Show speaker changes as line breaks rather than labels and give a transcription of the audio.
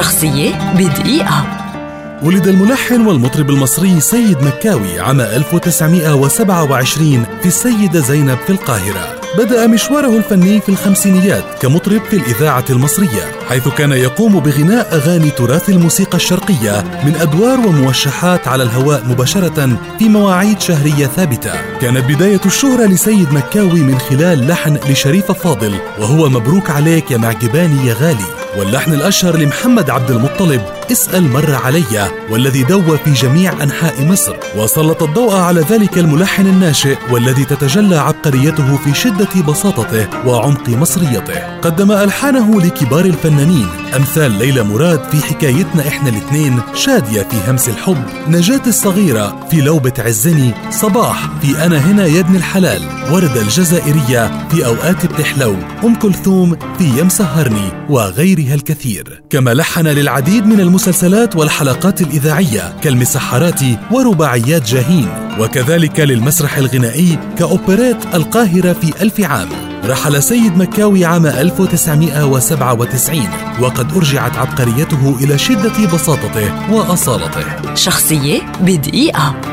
شخصية بدقيقة.
ولد الملحن والمطرب المصري سيد مكاوي عام 1927 في السيدة زينب في القاهرة. بدأ مشواره الفني في الخمسينيات كمطرب في الإذاعة المصرية، حيث كان يقوم بغناء أغاني تراث الموسيقى الشرقية من أدوار وموشحات على الهواء مباشرة في مواعيد شهرية ثابتة. كانت بداية الشهرة لسيد مكاوي من خلال لحن لشريف فاضل وهو مبروك عليك يا معجباني يا غالي، واللحن الأشهر لمحمد عبد المطلب اسأل مر علي، والذي دوى في جميع أنحاء مصر. وسلط الضوء على ذلك الملحن الناشئ والذي تتجلى عبقريته في شدة بساطته وعمق مصريته. قدم ألحانه لكبار الفنانين أمثال ليلى مراد في حكايتنا إحنا الاثنين، شادية في همس الحب، نجاة الصغيرة في لو بتعزني، صباح في أنا هنا يا ابن الحلال، وردة الجزائرية في أوقات بتحلو، أم كلثوم في يمسهرني، وغيرها الكثير. كما لحن للعديد من المسلسلات والحلقات الإذاعية كالمسحرات ورباعيات جاهين، وكذلك للمسرح الغنائي كأوبريت القاهرة في 1000 عام. رحل سيد مكاوي عام 1997 وقد أرجعت عبقريته إلى شدة بساطته وأصالته.
شخصية بدقيقة.